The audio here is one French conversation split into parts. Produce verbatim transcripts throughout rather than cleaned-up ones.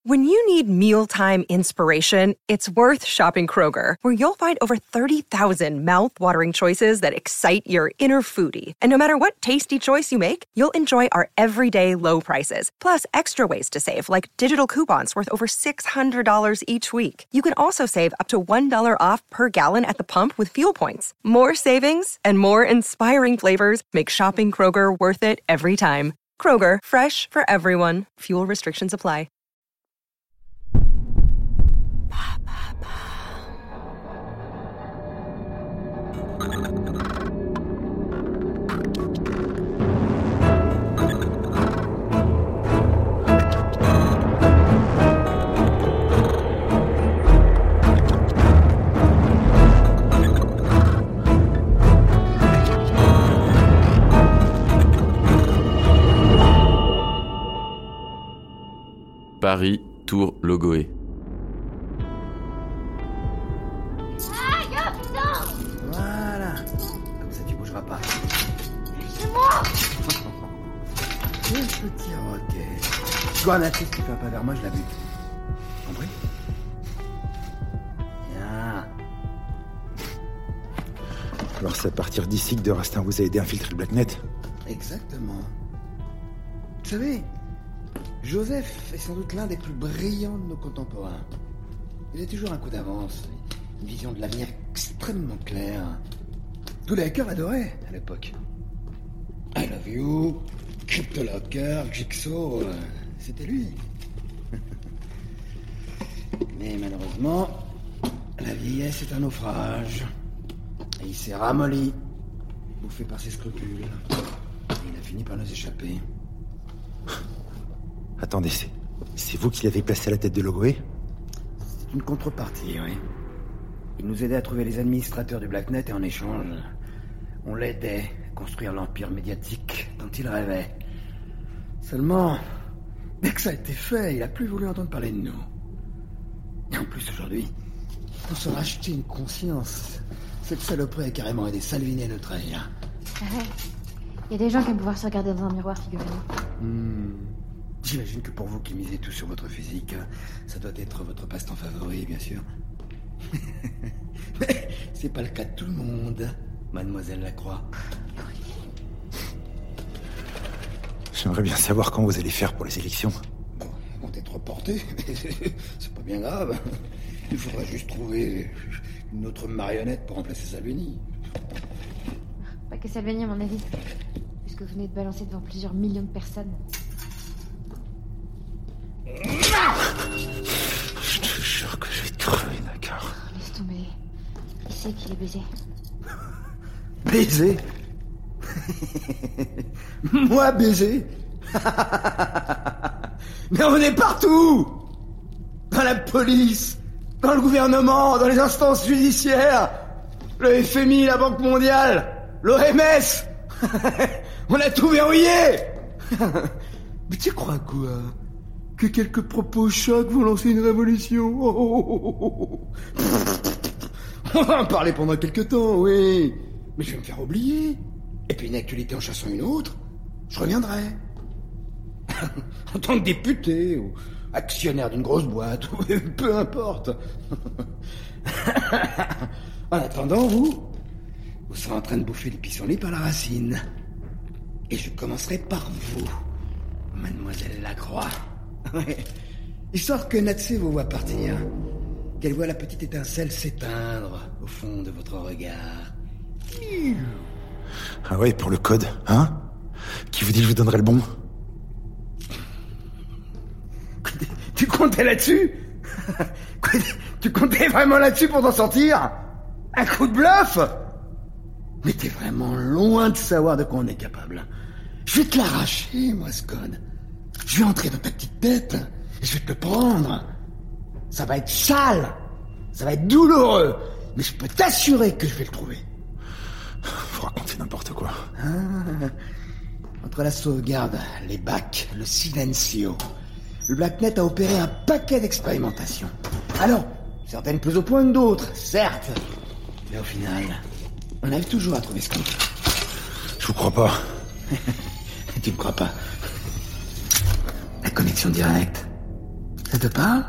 When you need mealtime inspiration, it's worth shopping Kroger, where you'll find over thirty thousand mouth-watering choices that excite your inner foodie. And no matter what tasty choice you make, you'll enjoy our everyday low prices, plus extra ways to save, like digital coupons worth over six hundred dollars each week. You can also save up to one dollar off per gallon at the pump with fuel points. More savings and more inspiring flavors make shopping Kroger worth it every time. Kroger, fresh for everyone. Fuel restrictions apply. Paris, Tours, Logoé. Ah, putain! Voilà. Comme ça, tu bougeras pas. C'est moi! Quel petit roquet. Je vois un artiste qui fait un pas vers moi, je la bute. Compris? Bien. Alors c'est à partir d'ici que De Rastin vous a aidé à infiltrer le Blacknet? Exactement. Vous savez, Joseph est sans doute l'un des plus brillants de nos contemporains. Il a toujours un coup d'avance, une vision de l'avenir extrêmement claire. Tous les hackers l'adoraient à l'époque. I Love You, CryptoLocker, Jigsaw, euh, c'était lui. Mais malheureusement, la vieillesse est un naufrage. Et il s'est ramolli, bouffé par ses scrupules. Et il a fini par nous échapper. Attendez, c'est... c'est vous qui l'avez placé à la tête de Logoé? C'est une contrepartie, oui. Il nous aidait à trouver les administrateurs du Blacknet et en échange, on l'aidait à construire l'empire médiatique dont il rêvait. Seulement, dès que ça a été fait, il a plus voulu entendre parler de nous. Et en plus, aujourd'hui, pour se racheter une conscience, cette saloperie a carrément aidé Salvini à nous trahir. Ah ouais. Il y a des gens qui aiment pouvoir se regarder dans un miroir, figurez-vous. Hmm. J'imagine que pour vous qui misez tout sur votre physique, ça doit être votre passe-temps favori, bien sûr. Mais c'est pas le cas de tout le monde, mademoiselle Lacroix. J'aimerais bien savoir quand vous allez faire pour les élections. Bon, elles vont être reportées, mais c'est pas bien grave. Il faudra juste trouver une autre marionnette pour remplacer Salvini. Pas que Salvini, à mon avis. Puisque vous venez de balancer devant plusieurs millions de personnes. Je te jure que je vais te crever, d'accord? Oh, laisse tomber. Il sait qu'il est baisé. Baiser? Moi baiser? Mais on est partout! Dans la police, dans le gouvernement, dans les instances judiciaires, le F M I, la Banque mondiale, l'O M S. On a tout verrouillé. Mais tu crois quoi? Que quelques propos chocs vont lancer une révolution? Oh, oh, oh, oh, oh. On va en parler pendant quelques temps, oui. Mais je vais me faire oublier. Et puis une actualité en chassant une autre, je reviendrai. En tant que député, ou actionnaire d'une grosse boîte, ou peu importe. En attendant, vous, vous serez en train de bouffer les pissenlits par la racine. Et je commencerai par vous, mademoiselle Lacroix. Histoire que Natsé vous voit partir, qu'elle voit la petite étincelle s'éteindre au fond de votre regard. Ah ouais, pour le code, hein? Qui vous dit que je vous donnerai le bon? Tu comptais là-dessus? Tu comptais vraiment là-dessus pour t'en sortir? Un coup de bluff? Mais t'es vraiment loin de savoir de quoi on est capable. Je vais te l'arracher, moi, ce code. Je vais entrer dans ta petite tête et je vais te le prendre. Ça va être sale, ça va être douloureux, mais je peux t'assurer que je vais le trouver. Vous racontez n'importe quoi. Ah, entre la sauvegarde, les bacs, le silencio, le Blacknet a opéré un paquet d'expérimentations. Alors, certaines plus au point que d'autres, certes, mais au final, on arrive toujours à trouver ce qu'on veut. Je vous crois pas. Tu me crois pas? La connexion directe, Ça te parle?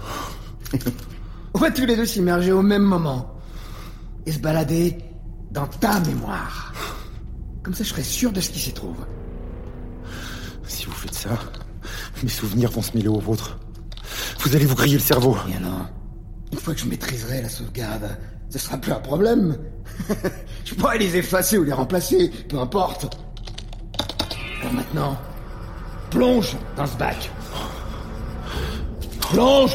On va tous les deux s'immerger au même moment. Et se balader dans ta mémoire. Comme ça, je serai sûr de ce qui s'y trouve. Si vous faites ça, mes souvenirs vont se mêler aux vôtres. Vous allez vous griller le cerveau. Bien non. Une fois que je maîtriserai la sauvegarde, ce sera plus un problème. Je pourrai les effacer ou les remplacer, peu importe. Alors maintenant, plonge dans ce bac. Plonge!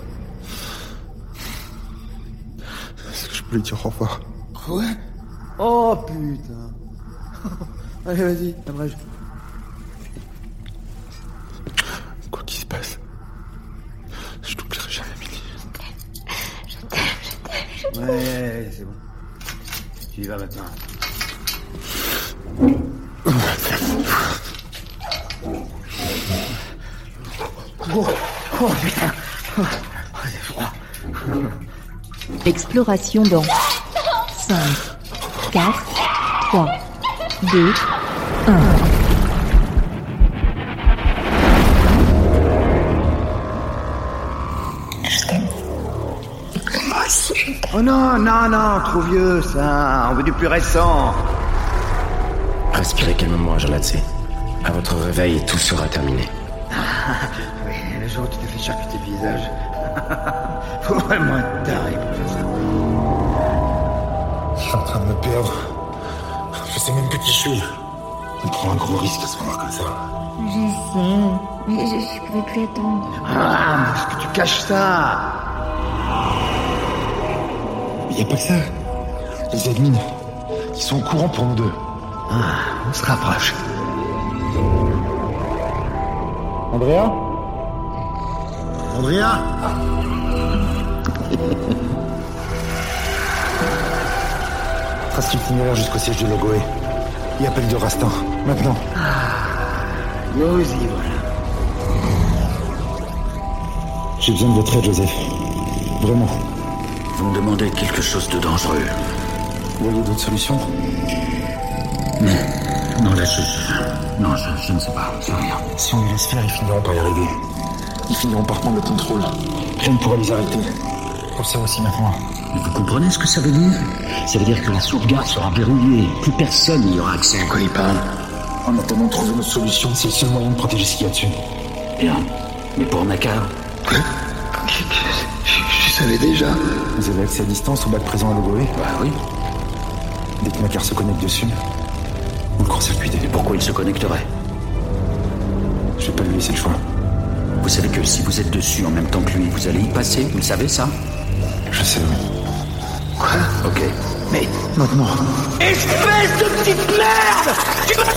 Est-ce que je peux lui dire au revoir? Quoi? Oh putain. Allez, vas-y, abrège. Quoi qu'il se passe, je t'oublierai jamais, Milly. Je t'aime, je t'aime, je t'aime. Ouais, ouais, c'est bon. Tu y vas maintenant. Oh, oh putain. Oh, c'est froid. Exploration dans cinq, quatre, trois, deux, un. Je t'aime. Moi aussi, je t'aime. Oh non, non, non, trop vieux ça. On veut du plus récent. Respirez calmement, Jonathan. À votre réveil, tout sera terminé. Oui, le jour où tu t'es fait charcuter le visage. Faut vraiment être taré pour faire ça. Je suis en train de me perdre. Je sais même plus qui je suis. On prend un gros risque à se voir comme ça. Je sais, mais je, je pouvais plus attendre. Ah, mais est-ce que tu caches ça? Il n'y a pas que ça. Les admins, ils sont au courant pour nous deux. Ah, on se rapproche. Andrea? Andrea? Trace l'itinéraire jusqu'au siège de Logoé. Et appel de Rastin. Maintenant. Nous y voilà. J'ai besoin de votre aide, Joseph. Vraiment. Vous me demandez quelque chose de dangereux. Vous voyez d'autres solutions? Non, non, là, je... Non, je, je ne sais pas, je sais rien. Si on les laisse faire, ils finiront par y arriver. Ils finiront par prendre le contrôle. Rien ne pourra les arrêter. Comme ça aussi maintenant. Mais vous comprenez ce que ça veut dire? Ça veut dire que la sauvegarde sera verrouillée. Plus personne n'y aura accès. De quoi il parle? En attendant de trouver notre solution, c'est le seul moyen de protéger ce qu'il y a dessus. Bien. Mais pour Nakar? Quoi? Je, je, je savais déjà. Vous avez accès à distance au bac présent à Logoé? Bah oui. Dès que Nakar se connecte dessus, vous le court-circuitez. Et pourquoi il se connecterait? Je vais pas lui laisser le choix. Vous savez que si vous êtes dessus en même temps que lui, vous allez y passer, vous le savez ça? Je sais, oui. Quoi? Ok. Mais... Maintenant. Espèce de petite merde! Tu vas...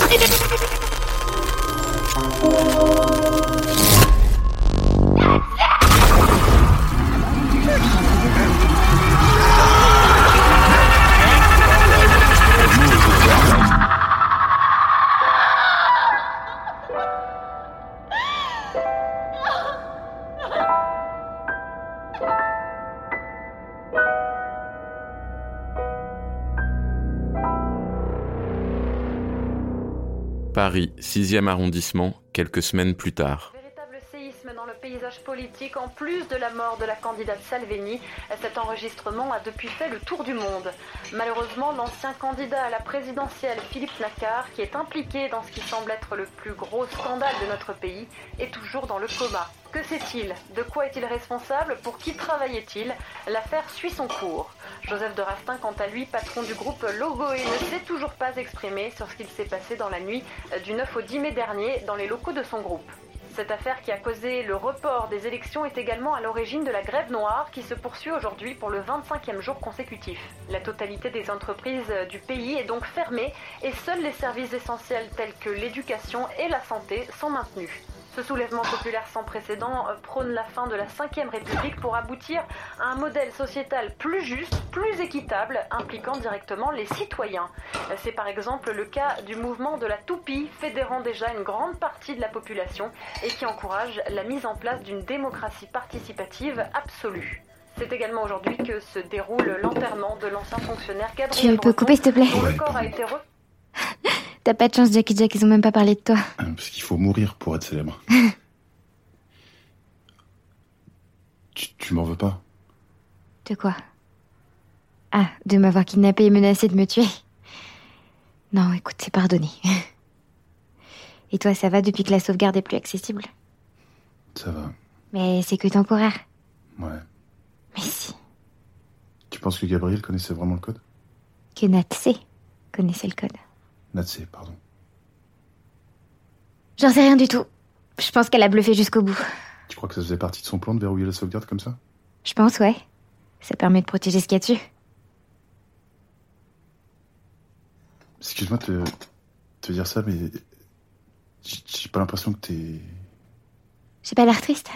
Paris, sixième arrondissement, quelques semaines plus tard. Véritable séisme dans le paysage politique, en plus de la mort de la candidate Salvini, cet enregistrement a depuis fait le tour du monde. Malheureusement, l'ancien candidat à la présidentielle, Philippe Nakar, qui est impliqué dans ce qui semble être le plus gros scandale de notre pays, est toujours dans le coma. Que sait-il? De quoi est-il responsable? Pour qui travaillait-il? L'affaire suit son cours. Joseph de Rastin, quant à lui, patron du groupe Logoé, ne s'est toujours pas exprimé sur ce qu'il s'est passé dans la nuit du neuf au dix mai dernier dans les locaux de son groupe. Cette affaire qui a causé le report des élections est également à l'origine de la grève noire qui se poursuit aujourd'hui pour le vingt-cinquième jour consécutif. La totalité des entreprises du pays est donc fermée et seuls les services essentiels tels que l'éducation et la santé sont maintenus. Ce soulèvement populaire sans précédent prône la fin de la cinquième République pour aboutir à un modèle sociétal plus juste, plus équitable, impliquant directement les citoyens. C'est par exemple le cas du mouvement de la toupie, fédérant déjà une grande partie de la population et qui encourage la mise en place d'une démocratie participative absolue. C'est également aujourd'hui que se déroule l'enterrement de l'ancien fonctionnaire Gabriel Tu peux couper, s'il te plaît? dont le corps a été re... T'as pas de chance, Jackie Jack, ils ont même pas parlé de toi. Parce qu'il faut mourir pour être célèbre. Tu m'en veux pas? De quoi? Ah, de m'avoir kidnappé et menacé de me tuer. Non, écoute, c'est pardonné. Et toi, ça va depuis que la sauvegarde est plus accessible? Ça va. Mais c'est que temporaire. Ouais. Mais si. Tu penses que Gabrielle connaissait vraiment le code? Que Natsé connaissait le code. Natsé, pardon. J'en sais rien du tout. Je pense qu'elle a bluffé jusqu'au bout. Tu crois que ça faisait partie de son plan de verrouiller la sauvegarde comme ça? Je pense, ouais. Ça permet de protéger ce qu'il y a dessus. Excuse-moi de te, te dire ça, mais j'ai j'ai pas l'impression que t'es... J'ai pas l'air triste.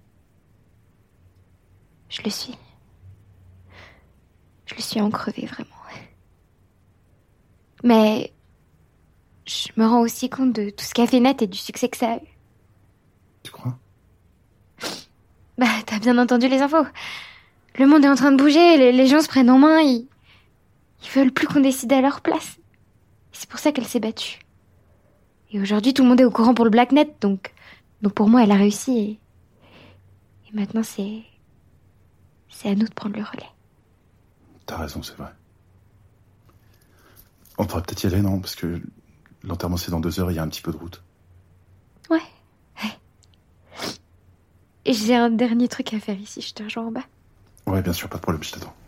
Je le suis. Je le suis en crevé, vraiment. Mais je me rends aussi compte de tout ce qu'a fait Nat et du succès que ça a eu. Tu crois? Bah, t'as bien entendu les infos. Le monde est en train de bouger, les, les gens se prennent en main, ils... Ils veulent plus qu'on décide à leur place. C'est pour ça qu'elle s'est battue. Et aujourd'hui, tout le monde est au courant pour le Blacknet, donc... Donc pour moi, elle a réussi et... Et maintenant, c'est... C'est à nous de prendre le relais. T'as raison, c'est vrai. On devrait peut-être y aller, non? Parce que l'enterrement, c'est dans deux heures et il y a un petit peu de route. Ouais. Ouais. Et j'ai un dernier truc à faire ici, je te rejoins en bas. Ouais, bien sûr, pas de problème, je t'attends.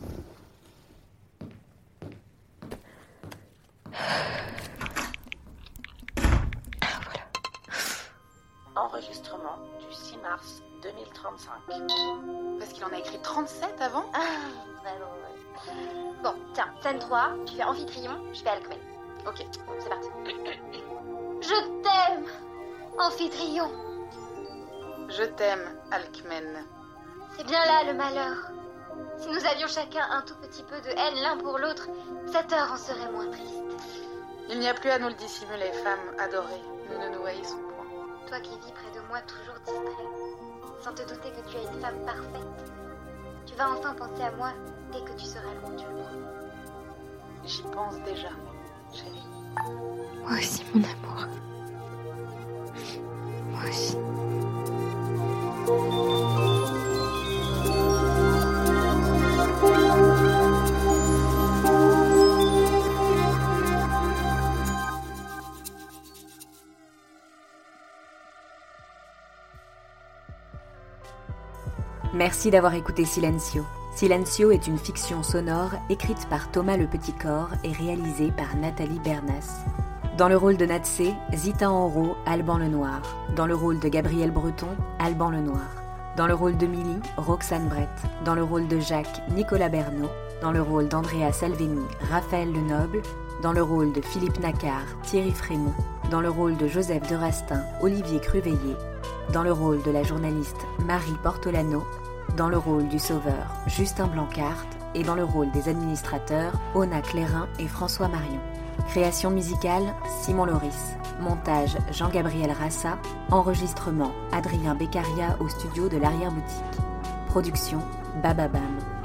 Enregistrement du six mars deux mille trente-cinq. Parce qu'il en a écrit trente-sept avant. Ah, vraiment, ouais. Bon, tiens, scène trois, tu fais Amphitryon, je fais Alcmène. Ok, c'est parti. Je t'aime, Amphitryon. Je t'aime, Alcmène. C'est bien là le malheur. Si nous avions chacun un tout petit peu de haine l'un pour l'autre, cette heure en serait moins triste. Il n'y a plus à nous le dissimuler, femme adorée. Nous ne nous haïssons point. Toi qui vis près de moi toujours distrait, sans te douter que tu es une femme parfaite, tu vas enfin penser à moi dès que tu seras loin, tu le promets. J'y pense déjà, chérie. Moi aussi, mon amour. Moi aussi. Merci d'avoir écouté Silencio. Silencio est une fiction sonore écrite par Thomas Le Petit Corps et réalisée par Nathalie Bernas. Dans le rôle de Natsé, Zita Enro, Alban Lenoir. Dans le rôle de Gabriel Breton, Alban Lenoir. Dans le rôle de Milly, Roxane Brett. Dans le rôle de Jacques, Nicolas Bernot. Dans le rôle d'Andrea Salveni, Raphaël Lenoble. Dans le rôle de Philippe Nacquart, Thierry Frémaux. Dans le rôle de Joseph Derastin, Olivier Cruveillet. Dans le rôle de la journaliste Marie Portolano. Dans le rôle du sauveur, Justin Blancart, et dans le rôle des administrateurs, Ona Clérin et François Marion. Création musicale, Simon Loris. Montage, Jean-Gabriel Rassa. Enregistrement, Adrien Beccaria au studio de l'Arrière-Boutique. Production, Bababam.